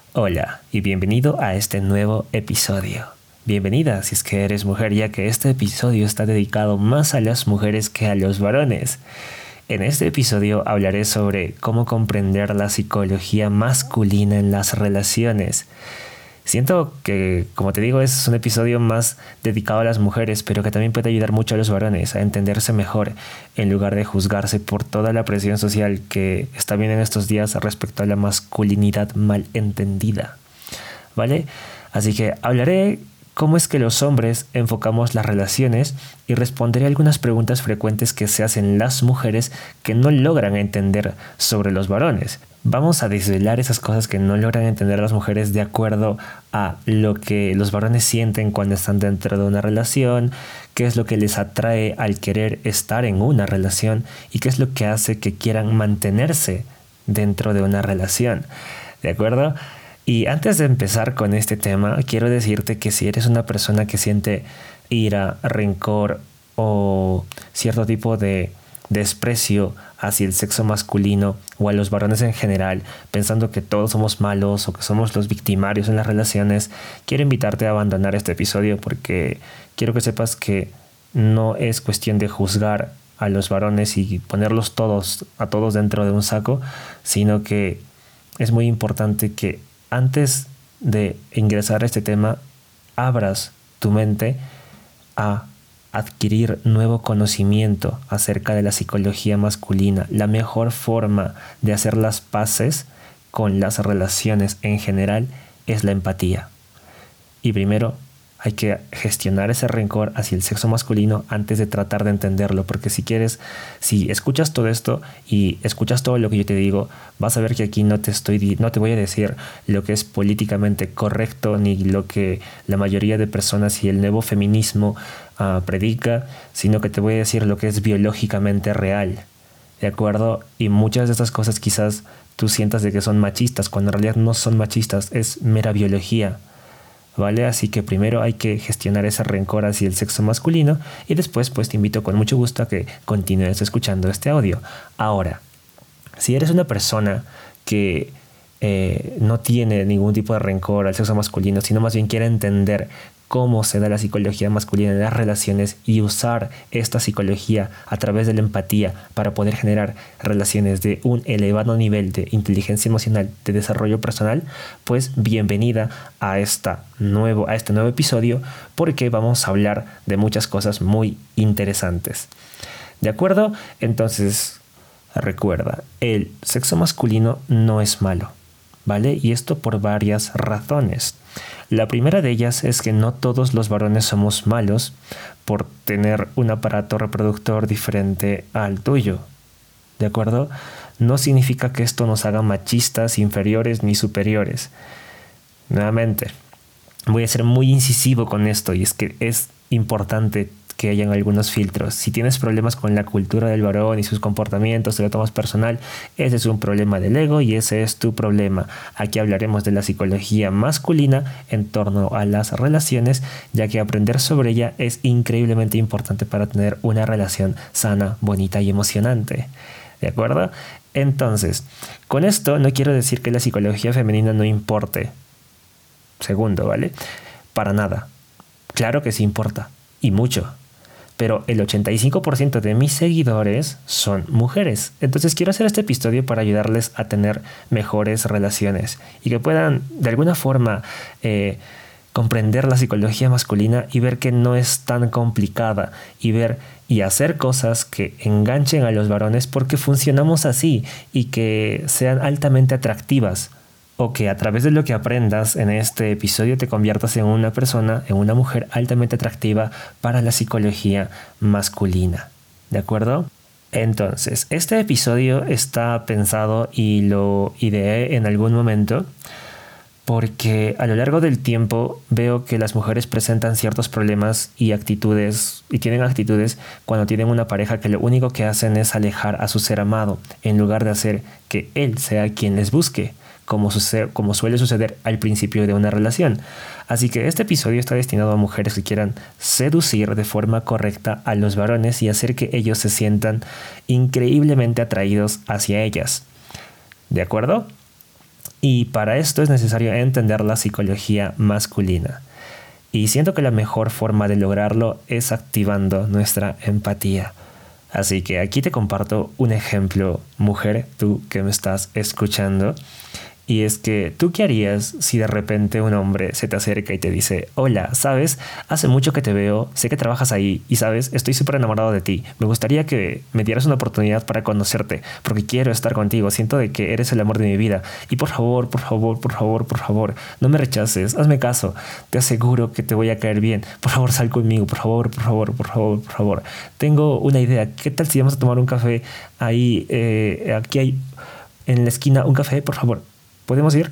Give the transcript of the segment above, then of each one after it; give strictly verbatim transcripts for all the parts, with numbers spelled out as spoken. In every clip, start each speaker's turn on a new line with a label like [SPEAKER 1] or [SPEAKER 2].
[SPEAKER 1] Hola y bienvenido a este nuevo episodio. Bienvenida si es que eres mujer, ya que este episodio está dedicado más a las mujeres que a los varones. En este episodio hablaré sobre cómo comprender la psicología masculina en las relaciones. Siento que, como te digo, es un episodio más dedicado a las mujeres, pero que también puede ayudar mucho a los varones a entenderse mejor, en lugar de juzgarse por toda la presión social que está bien en estos días respecto a la masculinidad mal entendida. ¿Vale? Así que hablaré cómo es que los hombres enfocamos las relaciones y responderé algunas preguntas frecuentes que se hacen las mujeres que no logran entender sobre los varones. Vamos a desvelar esas cosas que no logran entender las mujeres de acuerdo a lo que los varones sienten cuando están dentro de una relación, qué es lo que les atrae al querer estar en una relación y qué es lo que hace que quieran mantenerse dentro de una relación. ¿De acuerdo? Y antes de empezar con este tema, quiero decirte que si eres una persona que siente ira, rencor o cierto tipo de desprecio hacia el sexo masculino o a los varones en general, pensando que todos somos malos o que somos los victimarios en las relaciones, quiero invitarte a abandonar este episodio porque quiero que sepas que no es cuestión de juzgar a los varones y ponerlos todos a todos dentro de un saco, sino que es muy importante que antes de ingresar a este tema abras tu mente a adquirir nuevo conocimiento acerca de la psicología masculina. La mejor forma de hacer las paces con las relaciones en general es la empatía. Y primero hay que gestionar ese rencor hacia el sexo masculino antes de tratar de entenderlo, porque si quieres, si escuchas todo esto y escuchas todo lo que yo te digo, vas a ver que aquí no te estoy, no te voy a decir lo que es políticamente correcto ni lo que la mayoría de personas y el nuevo feminismo uh, predica, sino que te voy a decir lo que es biológicamente real, ¿de acuerdo? Y muchas de estas cosas quizás tú sientas de que son machistas, cuando en realidad no son machistas, es mera biología. ¿Vale? Así que primero hay que gestionar ese rencor hacia el sexo masculino y después pues te invito con mucho gusto a que continúes escuchando este audio. Ahora, si eres una persona que eh, no tiene ningún tipo de rencor al sexo masculino, sino más bien quiere entender cómo se da la psicología masculina en las relaciones y usar esta psicología a través de la empatía para poder generar relaciones de un elevado nivel de inteligencia emocional, de desarrollo personal, pues bienvenida a, esta nuevo, a este nuevo episodio, porque vamos a hablar de muchas cosas muy interesantes. ¿De acuerdo? Entonces, recuerda, el sexo masculino no es malo, ¿vale? Y esto por varias razones. La primera de ellas es que no todos los varones somos malos por tener un aparato reproductor diferente al tuyo, ¿de acuerdo? No significa que esto nos haga machistas, inferiores ni superiores. Nuevamente, voy a ser muy incisivo con esto y es que es importante que hayan algunos filtros. Si tienes problemas con la cultura del varón y sus comportamientos, te lo tomas personal, ese es un problema del ego y ese es tu problema. Aquí hablaremos de la psicología masculina en torno a las relaciones, ya que aprender sobre ella es increíblemente importante para tener una relación sana, bonita y emocionante. ¿De acuerdo? Entonces, con esto no quiero decir que la psicología femenina no importe. Segundo, ¿vale? Para nada. Claro que sí importa. Y mucho. Pero el ochenta y cinco por ciento de mis seguidores son mujeres. Entonces quiero hacer este episodio para ayudarles a tener mejores relaciones y que puedan de alguna forma eh, comprender la psicología masculina y ver que no es tan complicada y ver y hacer cosas que enganchen a los varones porque funcionamos así y que sean altamente atractivas. O que a través de lo que aprendas en este episodio te conviertas en una persona, en una mujer altamente atractiva para la psicología masculina. ¿De acuerdo? Entonces, este episodio está pensado y lo ideé en algún momento porque a lo largo del tiempo veo que las mujeres presentan ciertos problemas y actitudes, y tienen actitudes cuando tienen una pareja que lo único que hacen es alejar a su ser amado, en lugar de hacer que él sea quien les busque, como, sucede, como suele suceder al principio de una relación. Así que este episodio está destinado a mujeres que quieran seducir de forma correcta a los varones y hacer que ellos se sientan increíblemente atraídos hacia ellas. ¿De acuerdo? Y para esto es necesario entender la psicología masculina. Y siento que la mejor forma de lograrlo es activando nuestra empatía. Así que aquí te comparto un ejemplo, mujer, tú que me estás escuchando. Y es que, ¿tú qué harías si de repente un hombre se te acerca y te dice: hola, ¿sabes? Hace mucho que te veo, sé que trabajas ahí y, ¿sabes? Estoy súper enamorado de ti. Me gustaría que me dieras una oportunidad para conocerte, porque quiero estar contigo. Siento de que eres el amor de mi vida. Y por favor, por favor, por favor, por favor, no me rechaces, hazme caso. Te aseguro que te voy a caer bien. Por favor, sal conmigo, por favor, por favor, por favor, por favor. Tengo una idea. ¿Qué tal si vamos a tomar un café ahí? Eh, aquí hay en la esquina un café, por favor. ¿Podemos ir?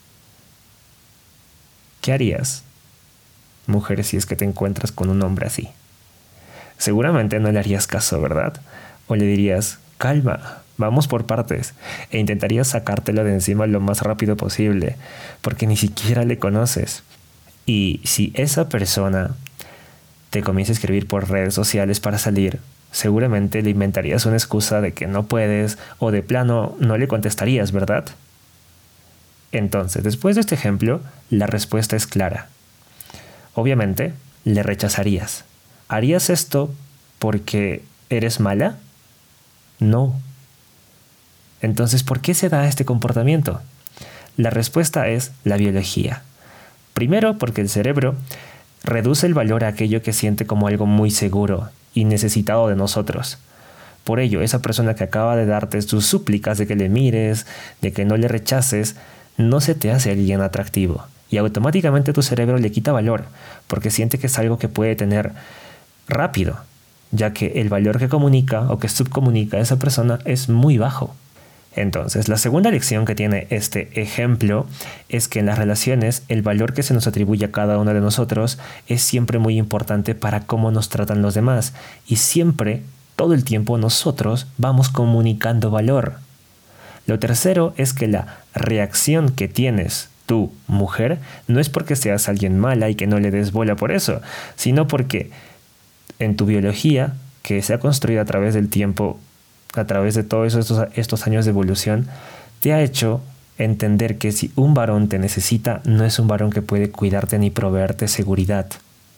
[SPEAKER 1] ¿Qué harías, mujer, si es que te encuentras con un hombre así? Seguramente no le harías caso, ¿verdad? O le dirías: calma, vamos por partes. E intentarías sacártelo de encima lo más rápido posible, porque ni siquiera le conoces. Y si esa persona te comienza a escribir por redes sociales para salir, seguramente le inventarías una excusa de que no puedes, o de plano no le contestarías, ¿verdad? Entonces, después de este ejemplo, la respuesta es clara. Obviamente, le rechazarías. ¿Harías esto porque eres mala? No. Entonces, ¿por qué se da este comportamiento? La respuesta es la biología. Primero, porque el cerebro reduce el valor a aquello que siente como algo muy seguro y necesitado de nosotros. Por ello, esa persona que acaba de darte sus súplicas de que le mires, de que no le rechaces, no se te hace alguien atractivo, y automáticamente tu cerebro le quita valor porque siente que es algo que puede tener rápido, ya que el valor que comunica o que subcomunica a esa persona es muy bajo. Entonces, la segunda lección que tiene este ejemplo es que en las relaciones el valor que se nos atribuye a cada uno de nosotros es siempre muy importante para cómo nos tratan los demás, y siempre, todo el tiempo, nosotros vamos comunicando valor. Lo tercero es que la reacción que tienes tú, mujer, no es porque seas alguien mala y que no le des bola por eso, sino porque en tu biología, que se ha construido a través del tiempo, a través de todos estos, estos años de evolución, te ha hecho entender que si un varón te necesita, no es un varón que puede cuidarte ni proveerte seguridad.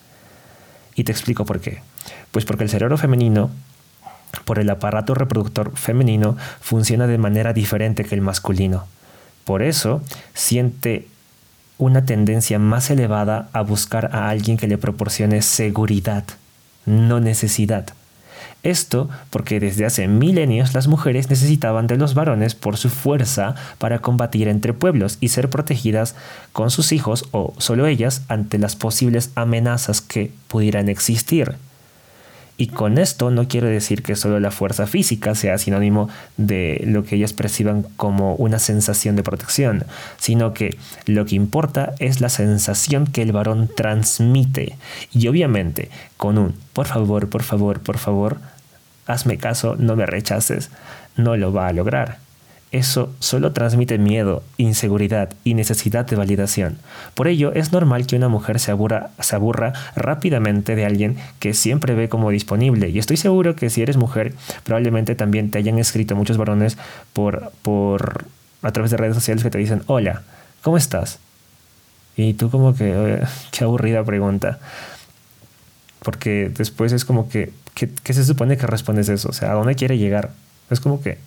[SPEAKER 1] Y te explico por qué. Pues porque el cerebro femenino, por el aparato reproductor femenino, funciona de manera diferente que el masculino. Por eso, siente una tendencia más elevada a buscar a alguien que le proporcione seguridad, no necesidad. Esto porque desde hace milenios las mujeres necesitaban de los varones por su fuerza para combatir entre pueblos y ser protegidas con sus hijos o solo ellas ante las posibles amenazas que pudieran existir. Y con esto no quiero decir que solo la fuerza física sea sinónimo de lo que ellas perciban como una sensación de protección, sino que lo que importa es la sensación que el varón transmite. Y obviamente, con un por favor, por favor, por favor, hazme caso, no me rechaces, no lo va a lograr. Eso solo transmite miedo, inseguridad y necesidad de validación. Por ello, es normal que una mujer se aburra, se aburra rápidamente de alguien que siempre ve como disponible. Y estoy seguro que si eres mujer, probablemente también te hayan escrito muchos varones por, por, a través de redes sociales que te dicen: hola, ¿cómo estás? Y tú como que, qué aburrida pregunta. Porque después es como que, ¿qué, qué se supone que respondes eso? O sea, ¿a dónde quiere llegar? Es como que,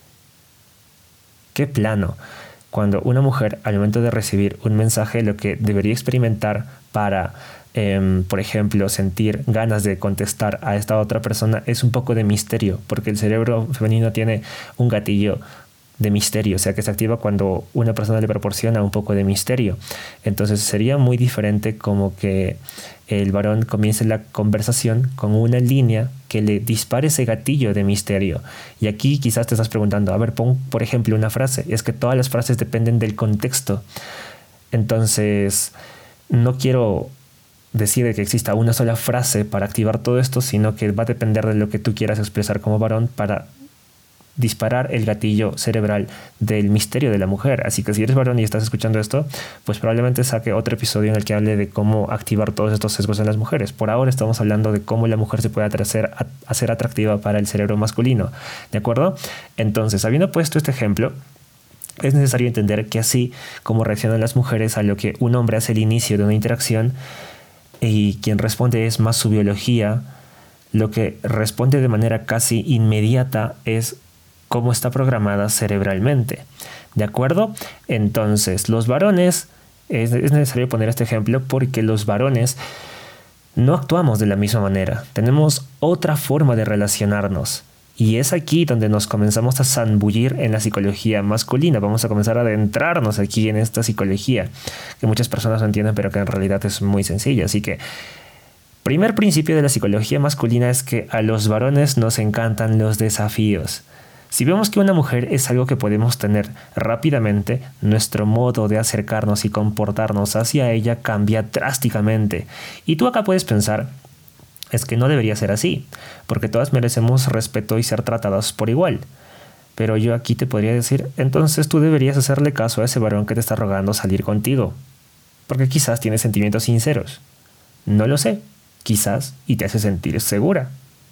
[SPEAKER 1] ¿qué plano? Cuando una mujer, al momento de recibir un mensaje, lo que debería experimentar para, eh, por ejemplo, sentir ganas de contestar a esta otra persona es un poco de misterio, porque el cerebro femenino tiene un gatillo de misterio, o sea que se activa cuando una persona le proporciona un poco de misterio. Entonces sería muy diferente como que el varón comience la conversación con una línea que le dispare ese gatillo de misterio. Y aquí quizás te estás preguntando, a ver, pon por ejemplo una frase. Es que todas las frases dependen del contexto. Entonces no quiero decir que exista una sola frase para activar todo esto, sino que va a depender de lo que tú quieras expresar como varón para disparar el gatillo cerebral del misterio de la mujer. Así que si eres varón y estás escuchando esto, pues probablemente saque otro episodio en el que hable de cómo activar todos estos sesgos en las mujeres. Por ahora estamos hablando de cómo la mujer se puede hacer, hacer atractiva para el cerebro masculino, ¿de acuerdo? Entonces, habiendo puesto este ejemplo, Es necesario entender que así como reaccionan las mujeres a lo que un hombre hace al inicio de una interacción, y quien responde es más su biología, lo que responde de manera casi inmediata es cómo está programada cerebralmente. ¿De acuerdo? Entonces, los varones, es, es necesario poner este ejemplo porque los varones no actuamos de la misma manera. Tenemos otra forma de relacionarnos. Y es aquí donde nos comenzamos a zambullir en la psicología masculina. Vamos a comenzar a adentrarnos aquí en esta psicología, que muchas personas no entienden, pero que en realidad es muy sencilla. Así que, primer principio de la psicología masculina es que a los varones nos encantan los desafíos. Si vemos que una mujer es algo que podemos tener rápidamente, nuestro modo de acercarnos y comportarnos hacia ella cambia drásticamente. Y tú acá puedes pensar, es que no debería ser así, porque todas merecemos respeto y ser tratadas por igual. Pero yo aquí te podría decir, entonces tú deberías hacerle caso a ese varón que te está rogando salir contigo, porque quizás tiene sentimientos sinceros. No lo sé, quizás, y te hace sentir segura.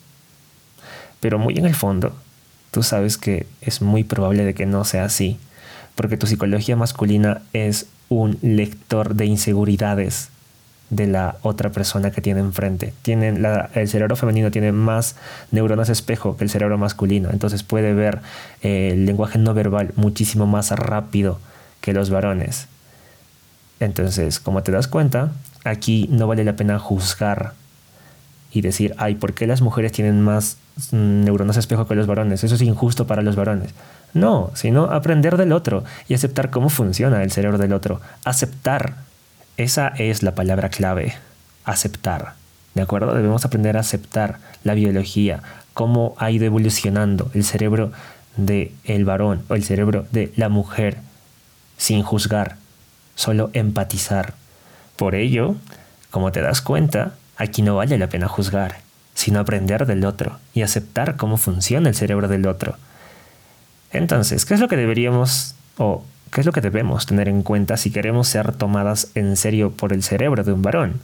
[SPEAKER 1] Pero muy en el fondo, tú sabes que es muy probable de que no sea así, porque tu psicología masculina es un lector de inseguridades de la otra persona que tiene enfrente. Tienen la, el cerebro femenino tiene más neuronas espejo que el cerebro masculino, entonces puede ver eh, el lenguaje no verbal muchísimo más rápido que los varones. Entonces, como te das cuenta, aquí no vale la pena juzgar y decir, ay, ¿por qué las mujeres tienen más neuronas espejo que los varones? Eso es injusto para los varones. No, sino aprender del otro y aceptar cómo funciona el cerebro del otro. Aceptar. Esa es la palabra clave, aceptar, ¿de acuerdo? Debemos aprender a aceptar la biología, cómo ha ido evolucionando el cerebro del varón o el cerebro de la mujer, sin juzgar, solo empatizar. Por ello, como te das cuenta, aquí no vale la pena juzgar, sino aprender del otro y aceptar cómo funciona el cerebro del otro. Entonces, ¿qué es lo que deberíamos o ¿qué es lo que debemos tener en cuenta si queremos ser tomadas en serio por el cerebro de un varón?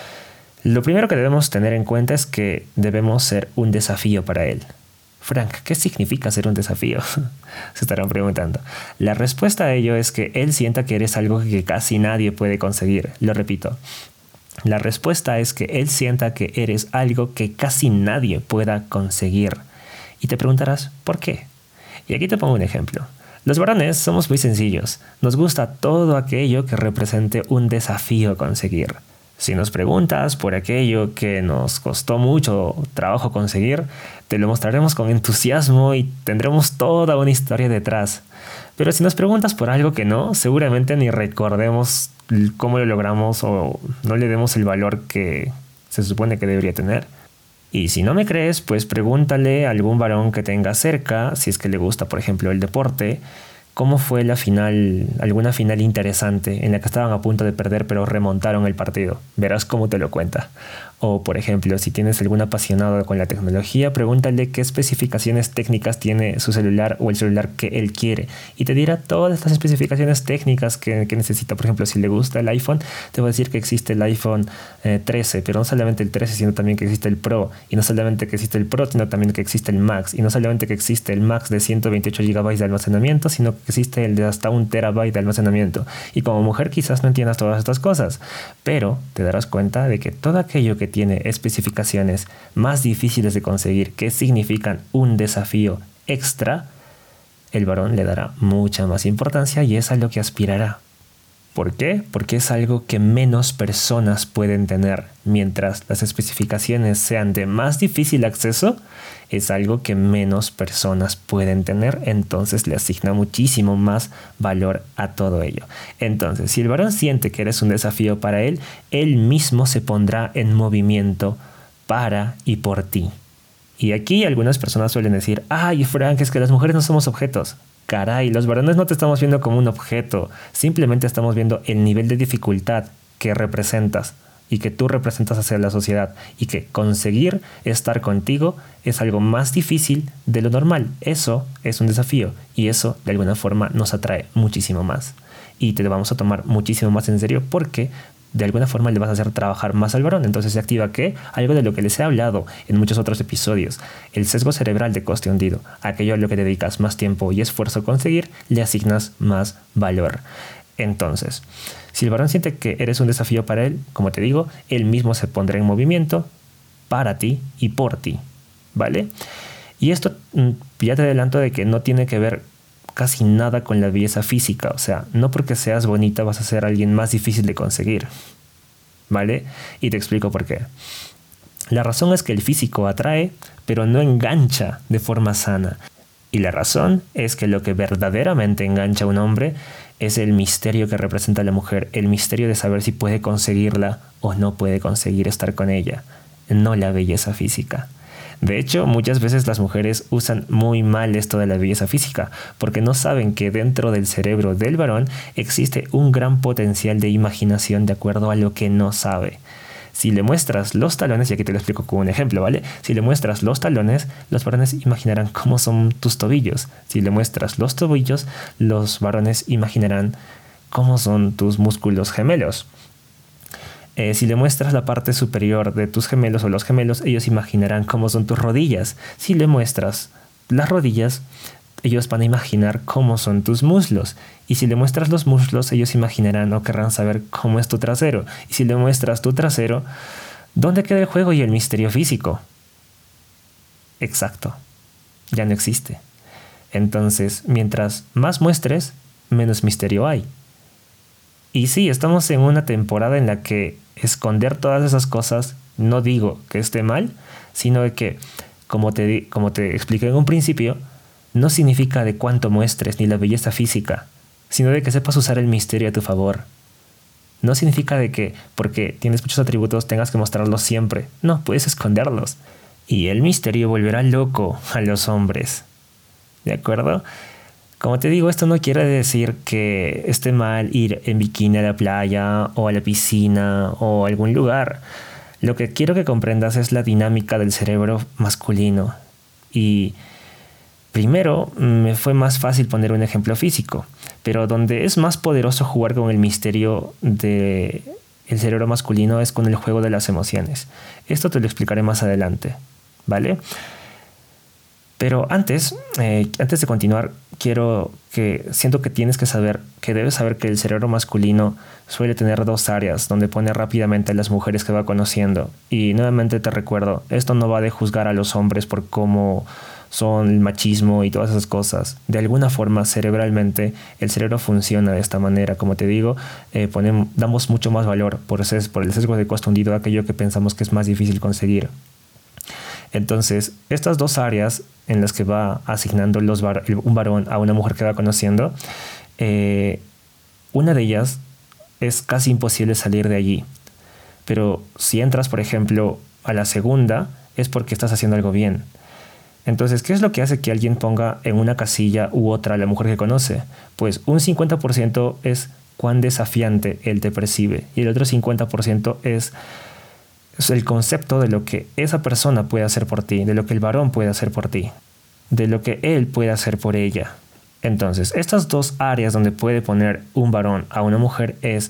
[SPEAKER 1] Lo primero que debemos tener en cuenta es que debemos ser un desafío para él. Frank, ¿qué significa ser un desafío? Se estarán preguntando. La respuesta a ello es que él sienta que eres algo que casi nadie puede conseguir. Lo repito. La respuesta es que él sienta que eres algo que casi nadie pueda conseguir. Y te preguntarás, ¿por qué? Y aquí te pongo un ejemplo. Los varones somos muy sencillos. Nos gusta todo aquello que represente un desafío a conseguir. Si nos preguntas por aquello que nos costó mucho trabajo conseguir, te lo mostraremos con entusiasmo y tendremos toda una historia detrás. Pero si nos preguntas por algo que no, seguramente ni recordemos cómo lo logramos o no le demos el valor que se supone que debería tener. Y si no me crees, pues pregúntale a algún varón que tenga cerca, si es que le gusta, por ejemplo, el deporte, cómo fue la final, alguna final interesante en la que estaban a punto de perder pero remontaron el partido. Verás cómo te lo cuenta. O, por ejemplo, si tienes algún apasionado con la tecnología, pregúntale qué especificaciones técnicas tiene su celular o el celular que él quiere. Y te dirá todas las especificaciones técnicas que, que necesita. Por ejemplo, si le gusta el iPhone, te va a decir que existe el iPhone eh, trece, pero no solamente el trece, sino también que existe el Pro. Y no solamente que existe el Pro, sino también que existe el Max. Y no solamente que existe el Max de ciento veintiocho gigabytes de almacenamiento, sino que existe el de hasta un terabyte de almacenamiento. Y como mujer quizás no entiendas todas estas cosas, pero te darás cuenta de que todo aquello que tiene especificaciones más difíciles de conseguir, que significan un desafío extra, el varón le dará mucha más importancia y es a lo que aspirará. ¿Por qué? Porque es algo que menos personas pueden tener. Mientras las especificaciones sean de más difícil acceso, es algo que menos personas pueden tener, entonces le asigna muchísimo más valor a todo ello. Entonces, si el varón siente que eres un desafío para él, él mismo se pondrá en movimiento para y por ti. Y aquí algunas personas suelen decir, ay, Frank, es que las mujeres no somos objetos. Caray, los varones no te estamos viendo como un objeto, simplemente estamos viendo el nivel de dificultad que representas y que tú representas hacia la sociedad, y que conseguir estar contigo es algo más difícil de lo normal. Eso es un desafío y eso de alguna forma nos atrae muchísimo más y te lo vamos a tomar muchísimo más en serio porque de alguna forma le vas a hacer trabajar más al varón. Entonces se activa ¿qué? Algo de lo que les he hablado en muchos otros episodios. El sesgo cerebral de coste hundido. Aquello a lo que dedicas más tiempo y esfuerzo a conseguir, le asignas más valor. Entonces, si el varón siente que eres un desafío para él, como te digo, él mismo se pondrá en movimiento para ti y por ti, ¿vale? Y esto ya te adelanto de que no tiene que ver casi nada con la belleza física. O sea, no porque seas bonita vas a ser alguien más difícil de conseguir, ¿vale? Y te explico por qué. La razón es que el físico atrae, pero no engancha de forma sana. Y la razón es que lo que verdaderamente engancha a un hombre es el misterio que representa a la mujer, el misterio de saber si puede conseguirla o no puede conseguir estar con ella, no la belleza física. De hecho, muchas veces las mujeres usan muy mal esto de la belleza física, porque no saben que dentro del cerebro del varón existe un gran potencial de imaginación de acuerdo a lo que no sabe. Si le muestras los talones, y aquí te lo explico con un ejemplo, ¿vale? Si le muestras los talones, los varones imaginarán cómo son tus tobillos. Si le muestras los tobillos, los varones imaginarán cómo son tus músculos gemelos. Eh, si le muestras la parte superior de tus gemelos o los gemelos, ellos imaginarán cómo son tus rodillas. Si le muestras las rodillas, ellos van a imaginar cómo son tus muslos. Y si le muestras los muslos, ellos imaginarán o querrán saber cómo es tu trasero. Y si le muestras tu trasero, ¿dónde queda el juego y el misterio físico? Exacto, ya no existe. Entonces, mientras más muestres, menos misterio hay. Y sí, estamos en una temporada en la que esconder todas esas cosas, no digo que esté mal, sino de que, como te, di, como te expliqué en un principio, no significa de cuánto muestres ni la belleza física, sino de que sepas usar el misterio a tu favor. No significa de que porque tienes muchos atributos tengas que mostrarlos siempre. No, puedes esconderlos. Y el misterio volverá loco a los hombres. ¿De acuerdo? Como te digo, esto no quiere decir que esté mal ir en bikini a la playa o a la piscina o a algún lugar. Lo que quiero que comprendas es la dinámica del cerebro masculino. Y primero me fue más fácil poner un ejemplo físico, pero donde es más poderoso jugar con el misterio del cerebro masculino es con el juego de las emociones. Esto te lo explicaré más adelante, ¿vale? Pero antes, eh, antes de continuar, quiero que siento que tienes que saber, que debes saber que el cerebro masculino suele tener dos áreas donde pone rápidamente a las mujeres que va conociendo. Y nuevamente te recuerdo, esto no va de juzgar a los hombres por cómo son el machismo y todas esas cosas. De alguna forma, cerebralmente, el cerebro funciona de esta manera. Como te digo, eh, ponemos, damos mucho más valor por, ses, por el sesgo de costo hundido a aquello que pensamos que es más difícil conseguir. Entonces, estas dos áreas en las que va asignando los var- un varón a una mujer que va conociendo, eh, una de ellas es casi imposible salir de allí. Pero si entras, por ejemplo, a la segunda, es porque estás haciendo algo bien. Entonces, ¿qué es lo que hace que alguien ponga en una casilla u otra a la mujer que conoce? Pues un cincuenta por ciento es cuán desafiante él te percibe y el otro cincuenta por ciento es es el concepto de lo que esa persona puede hacer por ti, de lo que el varón puede hacer por ti, de lo que él puede hacer por ella. Entonces, estas dos áreas donde puede poner un varón a una mujer es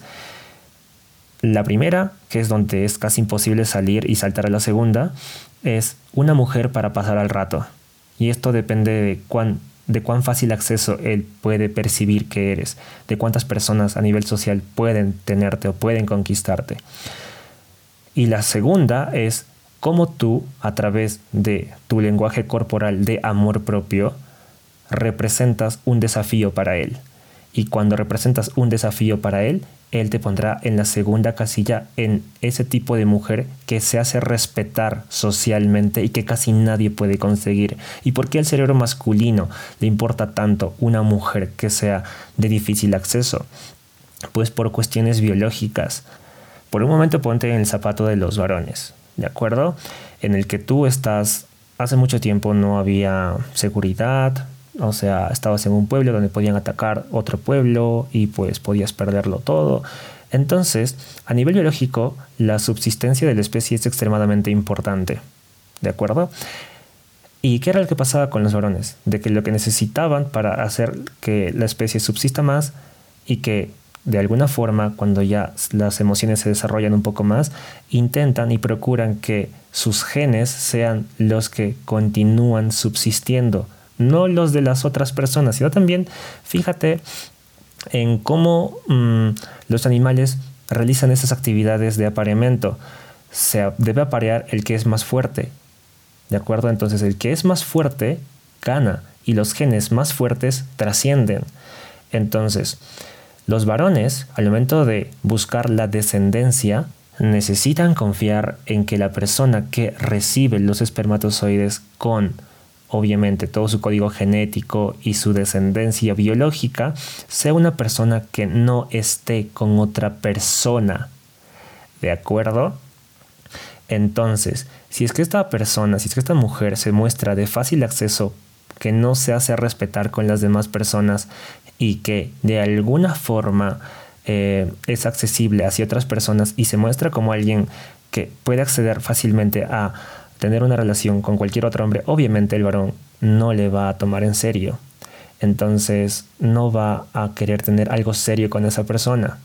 [SPEAKER 1] la primera, que es donde es casi imposible salir y saltar a la segunda, es una mujer para pasar al rato. Y esto depende de cuán, de cuán fácil acceso él puede percibir que eres, de cuántas personas a nivel social pueden tenerte o pueden conquistarte. Y la segunda es cómo tú, a través de tu lenguaje corporal de amor propio, representas un desafío para él. Y cuando representas un desafío para él, él te pondrá en la segunda casilla en ese tipo de mujer que se hace respetar socialmente y que casi nadie puede conseguir. ¿Y por qué al cerebro masculino le importa tanto una mujer que sea de difícil acceso? Pues por cuestiones biológicas. Por un momento ponte en el zapato de los varones, ¿de acuerdo? En el que tú estás, hace mucho tiempo no había seguridad, o sea, estabas en un pueblo donde podían atacar otro pueblo y pues podías perderlo todo. Entonces, a nivel biológico, la subsistencia de la especie es extremadamente importante, ¿de acuerdo? ¿Y qué era lo que pasaba con los varones? De que lo que necesitaban para hacer que la especie subsista más y que de alguna forma, cuando ya las emociones se desarrollan un poco más, intentan y procuran que sus genes sean los que continúan subsistiendo, no los de las otras personas, sino también fíjate en cómo mmm, los animales realizan esas actividades de apareamiento. Se debe aparear el que es más fuerte, ¿de acuerdo? Entonces el que es más fuerte gana y los genes más fuertes trascienden. Entonces, los varones, al momento de buscar la descendencia, necesitan confiar en que la persona que recibe los espermatozoides con, obviamente, todo su código genético y su descendencia biológica, sea una persona que no esté con otra persona. ¿De acuerdo? Entonces, si es que esta persona, si es que esta mujer se muestra de fácil acceso, que no se hace respetar con las demás personas y que de alguna forma eh, es accesible hacia otras personas y se muestra como alguien que puede acceder fácilmente a tener una relación con cualquier otro hombre, obviamente el varón no le va a tomar en serio. Entonces no va a querer tener algo serio con esa persona.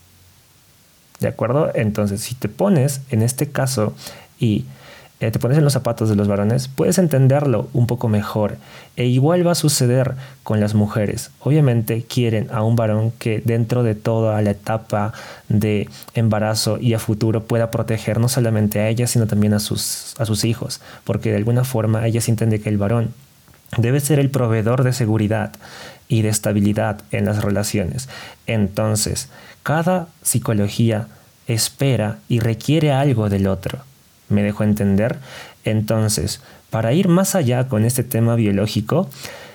[SPEAKER 1] ¿De acuerdo? Entonces, si te pones en este caso y eh, te pones en los zapatos de los varones, puedes entenderlo un poco mejor. E igual va a suceder con las mujeres. Obviamente quieren a un varón que dentro de toda la etapa de embarazo y a futuro pueda proteger no solamente a ellas, sino también a sus, a sus hijos. Porque de alguna forma ellas sienten que el varón debe ser el proveedor de seguridad y de estabilidad en las relaciones. Entonces, cada psicología espera y requiere algo del otro. ¿Me dejo entender? Entonces, para ir más allá con este tema biológico,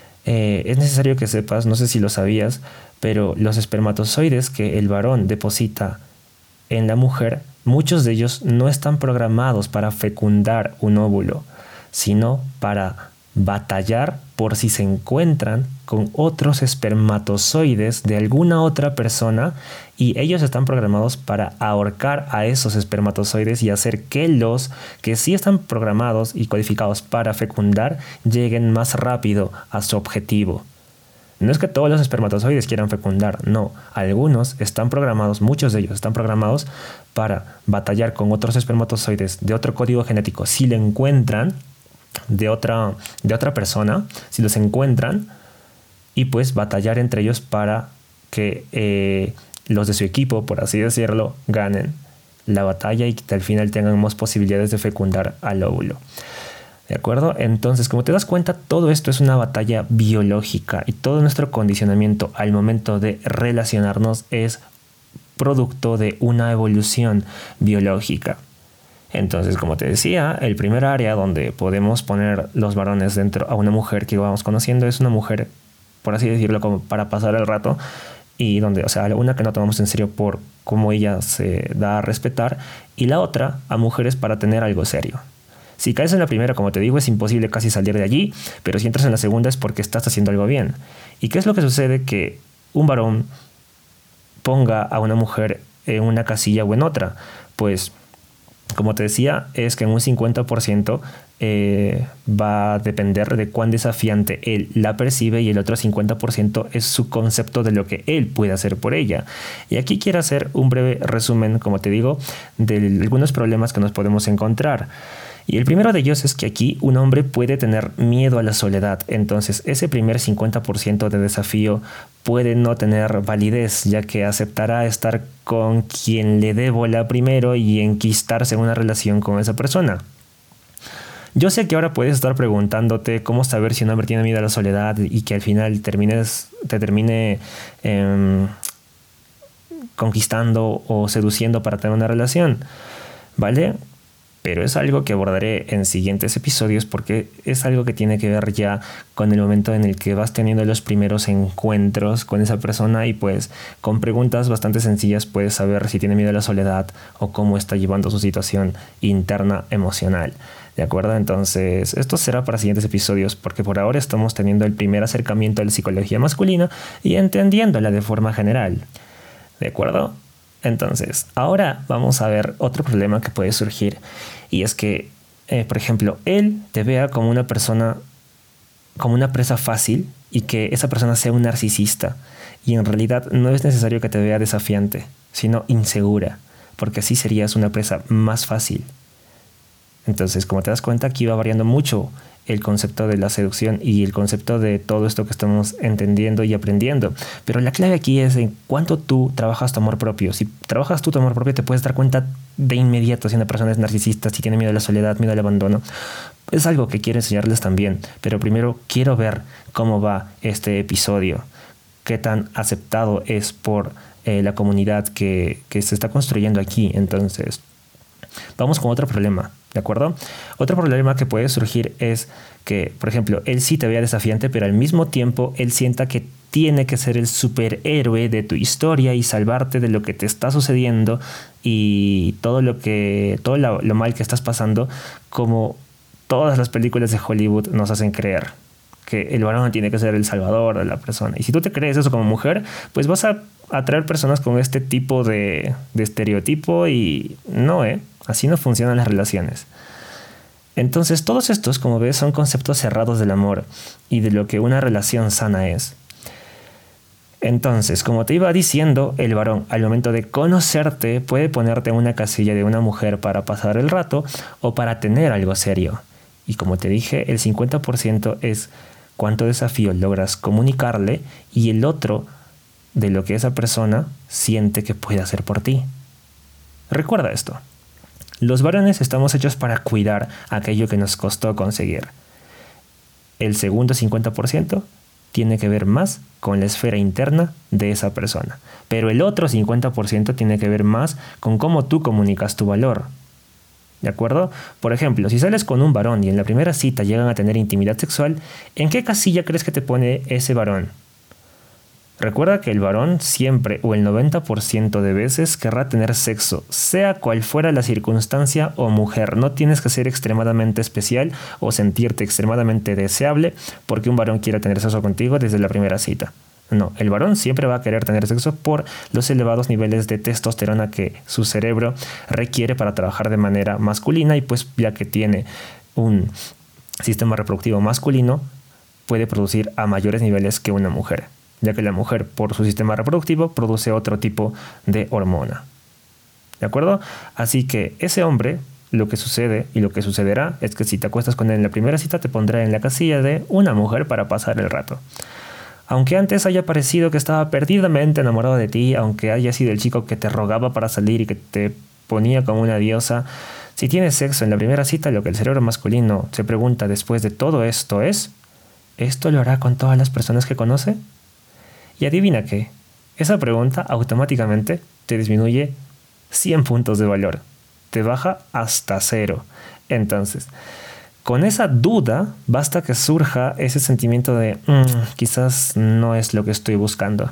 [SPEAKER 1] eh, es necesario que sepas, no sé si lo sabías, pero los espermatozoides que el varón deposita en la mujer, muchos de ellos no están programados para fecundar un óvulo, sino para batallar por si se encuentran con otros espermatozoides de alguna otra persona, y ellos están programados para ahorcar a esos espermatozoides y hacer que los que sí están programados y codificados para fecundar lleguen más rápido a su objetivo. No es que todos los espermatozoides quieran fecundar, no. Algunos están programados, muchos de ellos están programados para batallar con otros espermatozoides de otro código genético si lo encuentran de otra, de otra persona, si los encuentran, y pues batallar entre ellos para que eh, los de su equipo, por así decirlo, ganen la batalla y que al final tengan más posibilidades de fecundar al óvulo. ¿De acuerdo? Entonces, como te das cuenta, todo esto es una batalla biológica y todo nuestro condicionamiento al momento de relacionarnos es producto de una evolución biológica. Entonces, como te decía, el primer área donde podemos poner los varones dentro a una mujer que vamos conociendo es una mujer, por así decirlo, como para pasar el rato, y donde, o sea, una que no tomamos en serio por cómo ella se da a respetar, y la otra a mujeres para tener algo serio. Si caes en la primera, como te digo, es imposible casi salir de allí, pero si entras en la segunda es porque estás haciendo algo bien. ¿Y qué es lo que sucede? Que un varón ponga a una mujer en una casilla o en otra. Pues, como te decía, es que en un cincuenta por ciento eh, va a depender de cuán desafiante él la percibe, y el otro cincuenta por ciento es su concepto de lo que él puede hacer por ella. Y aquí quiero hacer un breve resumen, como te digo, de algunos problemas que nos podemos encontrar. Y el primero de ellos es que aquí un hombre puede tener miedo a la soledad. Entonces ese primer cincuenta por ciento de desafío puede no tener validez, ya que aceptará estar con quien le dé bola primero y enquistarse en una relación con esa persona. Yo sé que ahora puedes estar preguntándote cómo saber si un hombre tiene miedo a la soledad y que al final termines, te termine eh, conquistando o seduciendo para tener una relación, ¿vale? Pero es algo que abordaré en siguientes episodios porque es algo que tiene que ver ya con el momento en el que vas teniendo los primeros encuentros con esa persona, y pues con preguntas bastante sencillas puedes saber si tiene miedo a la soledad o cómo está llevando su situación interna emocional. ¿De acuerdo? Entonces, esto será para siguientes episodios porque por ahora estamos teniendo el primer acercamiento a la psicología masculina y entendiéndola de forma general. ¿De acuerdo? Entonces, ahora vamos a ver otro problema que puede surgir, y es que, eh, por ejemplo, él te vea como una persona, como una presa fácil, y que esa persona sea un narcisista. Y en realidad no es necesario que te vea desafiante, sino insegura, porque así serías una presa más fácil. Entonces, como te das cuenta, aquí va variando mucho el concepto de la seducción y el concepto de todo esto que estamos entendiendo y aprendiendo. Pero la clave aquí es en cuánto tú trabajas tu amor propio. Si trabajas tú tu amor propio, te puedes dar cuenta de inmediato si una persona es narcisista, si tiene miedo a la soledad, miedo al abandono. Es algo que quiero enseñarles también. Pero primero quiero ver cómo va este episodio. Qué tan aceptado es por eh, la comunidad que, que se está construyendo aquí. Entonces, vamos con otro problema. ¿De acuerdo? Otro problema que puede surgir es que, por ejemplo, él sí te vea desafiante, pero al mismo tiempo él sienta que tiene que ser el superhéroe de tu historia y salvarte de lo que te está sucediendo y todo lo que todo lo, lo mal que estás pasando, como todas las películas de Hollywood nos hacen creer, que el varón tiene que ser el salvador de la persona. Y si tú te crees eso como mujer, pues vas a atraer personas con este tipo de, de estereotipo y no, ¿eh? Así no funcionan las relaciones. Entonces, todos estos, como ves, son conceptos cerrados del amor y de lo que una relación sana es. Entonces, como te iba diciendo, el varón, al momento de conocerte, puede ponerte en una casilla de una mujer para pasar el rato o para tener algo serio. Y como te dije, el cincuenta por ciento es cuánto desafío logras comunicarle y el otro de lo que esa persona siente que puede hacer por ti. Recuerda esto. Los varones estamos hechos para cuidar aquello que nos costó conseguir. El segundo cincuenta por ciento tiene que ver más con la esfera interna de esa persona. Pero el otro cincuenta por ciento tiene que ver más con cómo tú comunicas tu valor. ¿De acuerdo? Por ejemplo, si sales con un varón y en la primera cita llegan a tener intimidad sexual, ¿en qué casilla crees que te pone ese varón? Recuerda que el varón siempre o el noventa por ciento de veces querrá tener sexo, sea cual fuera la circunstancia o mujer. No tienes que ser extremadamente especial o sentirte extremadamente deseable porque un varón quiera tener sexo contigo desde la primera cita. No, el varón siempre va a querer tener sexo por los elevados niveles de testosterona que su cerebro requiere para trabajar de manera masculina y pues ya que tiene un sistema reproductivo masculino, puede producir a mayores niveles que una mujer, ya que la mujer por su sistema reproductivo produce otro tipo de hormona. ¿De acuerdo? Así que ese hombre, lo que sucede y lo que sucederá es que si te acuestas con él en la primera cita, te pondrá en la casilla de una mujer para pasar el rato. Aunque antes haya parecido que estaba perdidamente enamorado de ti, aunque haya sido el chico que te rogaba para salir y que te ponía como una diosa, si tienes sexo en la primera cita, lo que el cerebro masculino se pregunta después de todo esto es, ¿esto lo hará con todas las personas que conoce? Y adivina qué, esa pregunta automáticamente te disminuye cien puntos de valor, te baja hasta cero. Entonces, con esa duda basta que surja ese sentimiento de mmm, quizás no es lo que estoy buscando.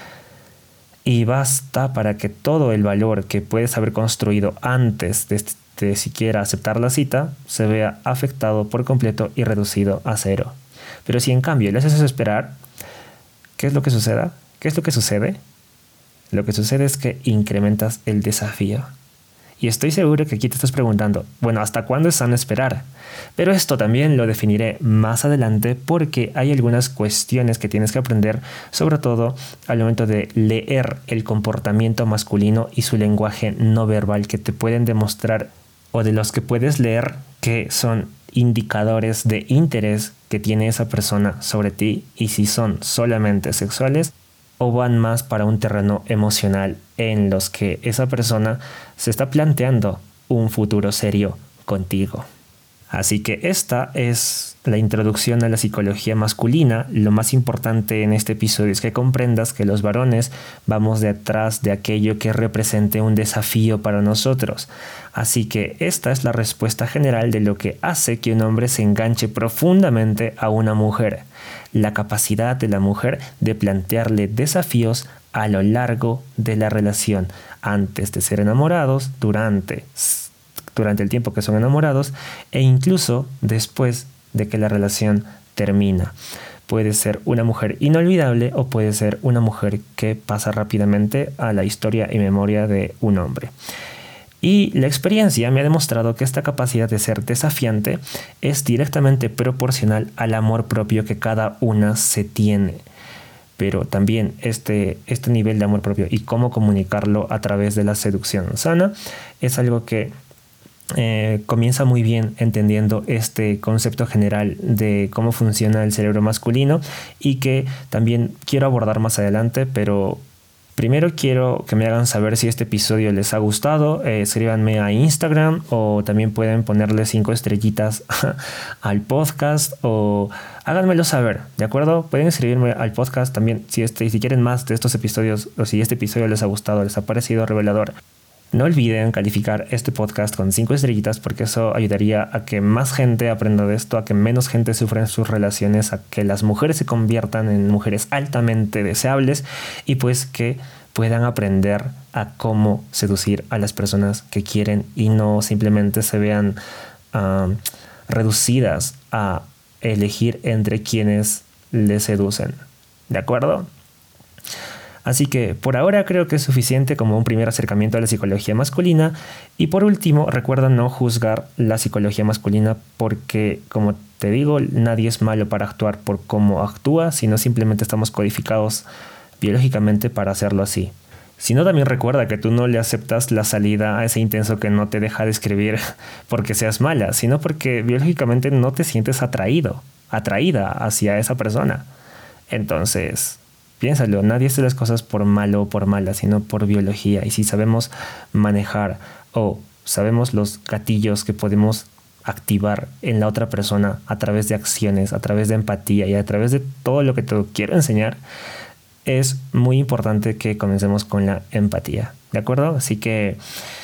[SPEAKER 1] Y basta para que todo el valor que puedes haber construido antes de, de siquiera aceptar la cita se vea afectado por completo y reducido a cero. Pero si en cambio le haces esperar, ¿qué es lo que sucede? ¿Qué es lo que sucede? Lo que sucede es que incrementas el desafío. Y estoy seguro que aquí te estás preguntando, bueno, ¿hasta cuándo es sano esperar? Pero esto también lo definiré más adelante porque hay algunas cuestiones que tienes que aprender, sobre todo al momento de leer el comportamiento masculino y su lenguaje no verbal que te pueden demostrar o de los que puedes leer que son indicadores de interés que tiene esa persona sobre ti y si son solamente sexuales o van más para un terreno emocional en los que esa persona se está planteando un futuro serio contigo. Así que esta es la introducción a la psicología masculina. Lo más importante en este episodio es que comprendas que los varones vamos detrás de aquello que represente un desafío para nosotros. Así que esta es la respuesta general de lo que hace que un hombre se enganche profundamente a una mujer. La capacidad de la mujer de plantearle desafíos a lo largo de la relación, antes de ser enamorados, durante durante el tiempo que son enamorados e incluso después de que la relación termina. Puede ser una mujer inolvidable o puede ser una mujer que pasa rápidamente a la historia y memoria de un hombre. Y la experiencia me ha demostrado que esta capacidad de ser desafiante es directamente proporcional al amor propio que cada una se tiene. pero también este, este nivel de amor propio y cómo comunicarlo a través de la seducción sana es algo que Eh, comienza muy bien entendiendo este concepto general de cómo funciona el cerebro masculino y que también quiero abordar más adelante, pero primero quiero que me hagan saber si este episodio les ha gustado. Eh, escríbanme a Instagram o también pueden ponerle cinco estrellitas al podcast o háganmelo saber, ¿de acuerdo? Pueden escribirme al podcast también si, este, si quieren más de estos episodios o si este episodio les ha gustado, les ha parecido revelador. No olviden calificar este podcast con cinco estrellitas porque eso ayudaría a que más gente aprenda de esto, a que menos gente sufra en sus relaciones, a que las mujeres se conviertan en mujeres altamente deseables y pues que puedan aprender a cómo seducir a las personas que quieren y no simplemente se vean uh, reducidas a elegir entre quienes les seducen. ¿De acuerdo? Así que por ahora creo que es suficiente como un primer acercamiento a la psicología masculina. Y por último, recuerda no juzgar la psicología masculina porque, como te digo, nadie es malo para actuar por cómo actúa, sino simplemente estamos codificados biológicamente para hacerlo así. Si no, también recuerda que tú no le aceptas la salida a ese intenso que no te deja de escribir porque seas mala, sino porque biológicamente no te sientes atraído, atraída hacia esa persona. Entonces, piénsalo, nadie hace las cosas por malo o por mala, sino por biología. Y si sabemos manejar o sabemos los gatillos que podemos activar en la otra persona a través de acciones, a través de empatía y a través de todo lo que te quiero enseñar, es muy importante que comencemos con la empatía, ¿de acuerdo? Así que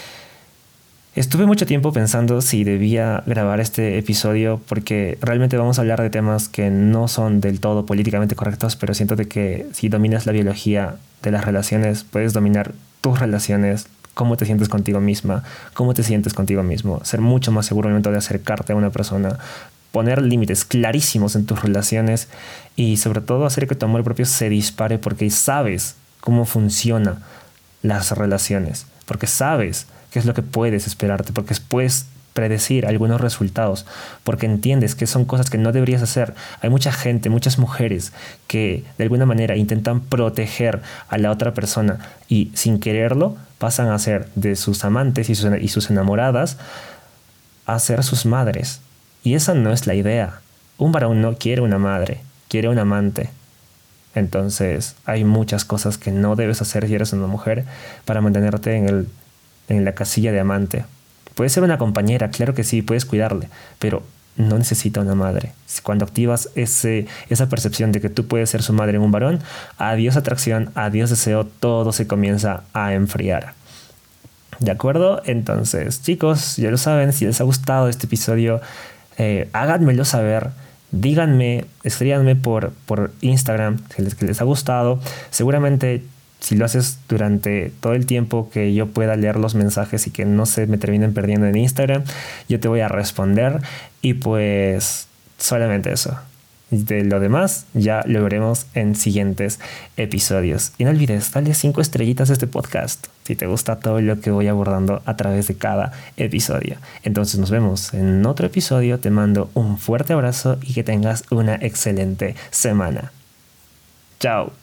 [SPEAKER 1] estuve mucho tiempo pensando si debía grabar este episodio porque realmente vamos a hablar de temas que no son del todo políticamente correctos, pero siento de que si dominas la biología de las relaciones, puedes dominar tus relaciones, cómo te sientes contigo misma, cómo te sientes contigo mismo, ser mucho más seguro al momento de acercarte a una persona, poner límites clarísimos en tus relaciones y sobre todo hacer que tu amor propio se dispare porque sabes cómo funcionan las relaciones, porque sabes qué es lo que puedes esperarte, porque puedes predecir algunos resultados, porque entiendes que son cosas que no deberías hacer. Hay mucha gente, muchas mujeres que de alguna manera intentan proteger a la otra persona y sin quererlo pasan a ser de sus amantes y sus, y sus enamoradas a ser sus madres. Y esa no es la idea. Un varón no quiere una madre, quiere un amante. Entonces hay muchas cosas que no debes hacer si eres una mujer para mantenerte en, el, en la casilla de amante. Puedes ser una compañera, claro que sí, puedes cuidarle, pero no necesita una madre. Cuando activas ese, esa percepción de que tú puedes ser su madre en un varón, adiós atracción, adiós deseo, todo se comienza a enfriar. ¿De acuerdo? Entonces, chicos, ya lo saben, si les ha gustado este episodio, eh, háganmelo saber. Díganme, escríbanme por, por Instagram si les, que les ha gustado. Seguramente si lo haces durante todo el tiempo que yo pueda leer los mensajes y que no se me terminen perdiendo en Instagram, yo te voy a responder y pues solamente eso. De lo demás ya lo veremos en siguientes episodios. Y no olvides, dale cinco estrellitas a este podcast si te gusta todo lo que voy abordando a través de cada episodio. Entonces nos vemos en otro episodio. Te mando un fuerte abrazo y que tengas una excelente semana. Chao.